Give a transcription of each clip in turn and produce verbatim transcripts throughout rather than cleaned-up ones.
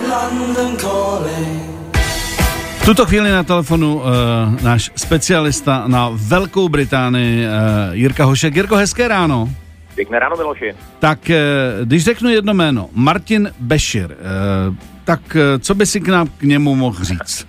V tuto chvíli na telefonu uh, náš specialista na Velkou Británii uh, Jirka Hošek. Jirko, hezké ráno. Pěkné ráno, Miloši. Tak uh, když řeknu jedno jméno, Martin Bashir, uh, tak uh, co by si k nám k němu mohl říct?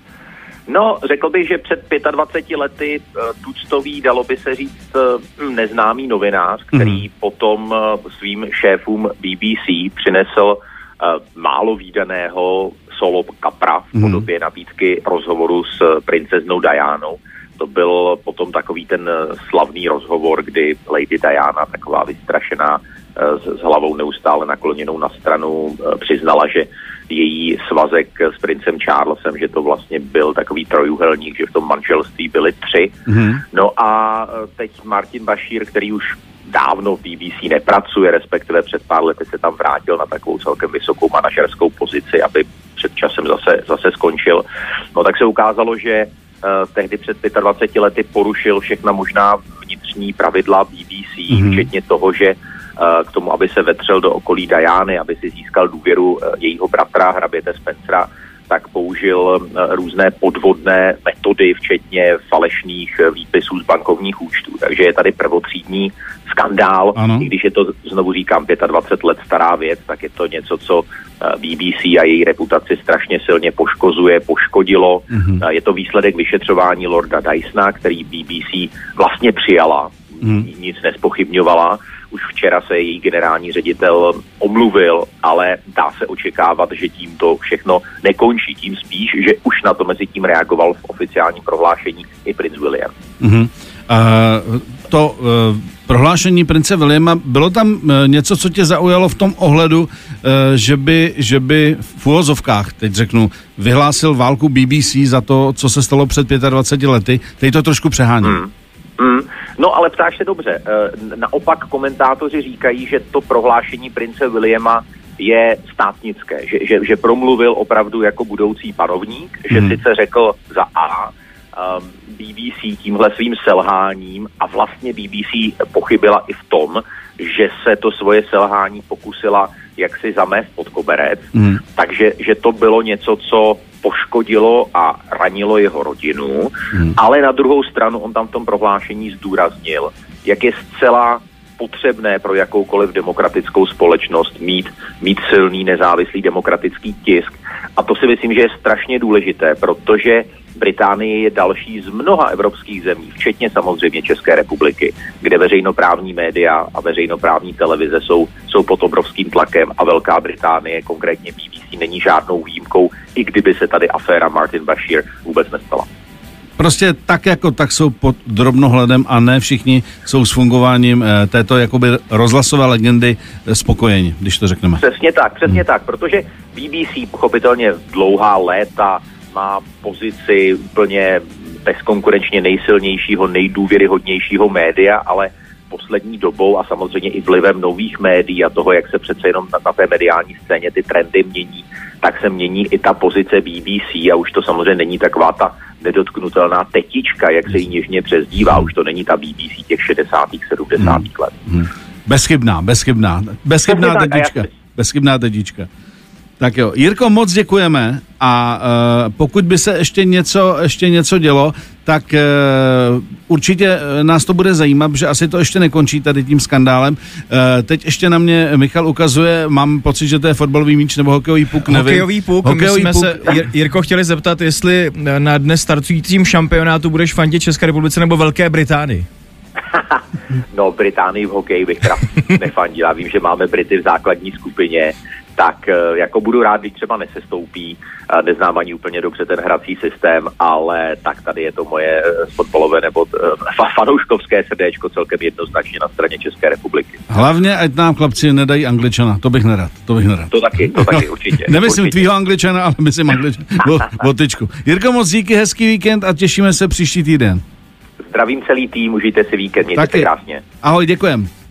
No, řekl bych, že před dvaceti pěti lety uh, tuctový, dalo by se říct, uh, neznámý novinář, který mm. potom uh, svým šéfům B B C přinesl uh, málo vídaného solo kapra v podobě mm. nabídky rozhovoru s princeznou Dianou. To byl potom takový ten slavný rozhovor, kdy Lady Diana, taková vystrašená, s hlavou neustále nakloněnou na stranu, přiznala, že její svazek s princem Charlesem, že to vlastně byl takový trojúhelník, že v tom manželství byly tři. Mm. No a teď Martin Bashir, který už dávno v B B C nepracuje, respektive před pár lety se tam vrátil na takovou celkem vysokou manažerskou pozici, aby před časem zase, zase skončil. No tak se ukázalo, že uh, tehdy před dvaceti pěti lety porušil všechna možná vnitřní pravidla B B C, mm-hmm. včetně toho, že uh, k tomu, aby se vetřel do okolí Diany, aby si získal důvěru uh, jejího bratra, hraběte Spencera, tak použil uh, různé podvodné metody, včetně falešných uh, výpisů z bankovních účtů. Takže je tady prvotřídní skandál, ano. I když je to, znovu říkám, dvacet pět let stará věc, tak je to něco, co B B C a její reputaci strašně silně poškozuje, poškodilo. Mm-hmm. Je to výsledek vyšetřování Lorda Dysona, který B B C vlastně přijala, mm. nic nespochybňovala. Už včera se její generální ředitel omluvil, ale dá se očekávat, že tím to všechno nekončí. Tím spíš, že už na to mezi tím reagoval v oficiálním prohlášení i princ William. Mm-hmm. Uh, to uh, prohlášení prince Williama, bylo tam uh, něco, co tě zaujalo v tom ohledu, uh, že by, že by v uvozovkách, teď řeknu, vyhlásil válku B B C za to, co se stalo před dvaceti pěti lety? Teď to trošku přehání. Mm. Mm. No ale ptáš se dobře. Uh, naopak komentátoři říkají, že to prohlášení prince Williama je státnické, že, že, že promluvil opravdu jako budoucí panovník, mm. že sice řekl za A, um, B B C tímhle svým selháním a vlastně B B C pochybila i v tom, že se to svoje selhání pokusila jaksi zamést pod koberec, mm. takže že to bylo něco, co poškodilo a ranilo jeho rodinu, mm. ale na druhou stranu on tam v tom prohlášení zdůraznil, jak je zcela potřebné pro jakoukoliv demokratickou společnost mít, mít silný nezávislý demokratický tisk. A to si myslím, že je strašně důležité, protože Británie je další z mnoha evropských zemí, včetně samozřejmě České republiky, kde veřejnoprávní média a veřejnoprávní televize jsou, jsou pod obrovským tlakem a Velká Británie, konkrétně B B C, není žádnou výjimkou, i kdyby se tady aféra Martin Bashir vůbec nestala. Prostě tak jako tak jsou pod drobnohledem a ne všichni jsou s fungováním e, této jakoby rozhlasové legendy e, spokojeni, když to řekneme. Přesně tak, přesně hmm. tak, protože B B C pochopitelně dlouhá léta má pozici úplně bezkonkurenčně nejsilnějšího, nejdůvěryhodnějšího média, ale poslední dobou a samozřejmě i vlivem nových médií a toho, jak se přece jenom na, na té mediální scéně ty trendy mění, tak se mění i ta pozice B B C a už to samozřejmě není taková ta nedotknutelná tetička, jak se jí něžně přezdívá, už to není ta B B C těch šedesátých, sedmdesátých let. Hmm. Bezchybná, bezchybná, bezchybná tetička, bezchybná tetička. Tak jo, Jirko, moc děkujeme a uh, pokud by se ještě něco, ještě něco dělo, tak uh, určitě nás to bude zajímat, že asi to ještě nekončí tady tím skandálem. Uh, teď ještě na mě Michal ukazuje, mám pocit, že to je fotbalový míč nebo hokejový puk, nevím. Hokejový puk, hokejový my jsme puk. se, Jir, Jirko, chtěli zeptat, jestli na dnes startujícím šampionátu budeš fandit České republice nebo Velké Británii? No, Británii v hokeji bych teda nefandil. Já vím, že máme Brity v základní skupině, tak jako budu rád, když třeba nesestoupí, neznám ani úplně dobře ten hrací systém, ale tak tady je to moje fotbalové nebo fanouškovské srdéčko celkem jednoznačně na straně České republiky. Hlavně, ať nám chlapci nedají Angličana, to bych nerad, to bych nerad. To taky, to taky určitě. Nemyslím určitě. tvýho Angličana, ale myslím Angličana, votyčku. Jirko, moc díky, hezký víkend a těšíme se příští týden. Zdravím celý tým, užijte si víkend, mějte se krásně. Ahoj, děkujem.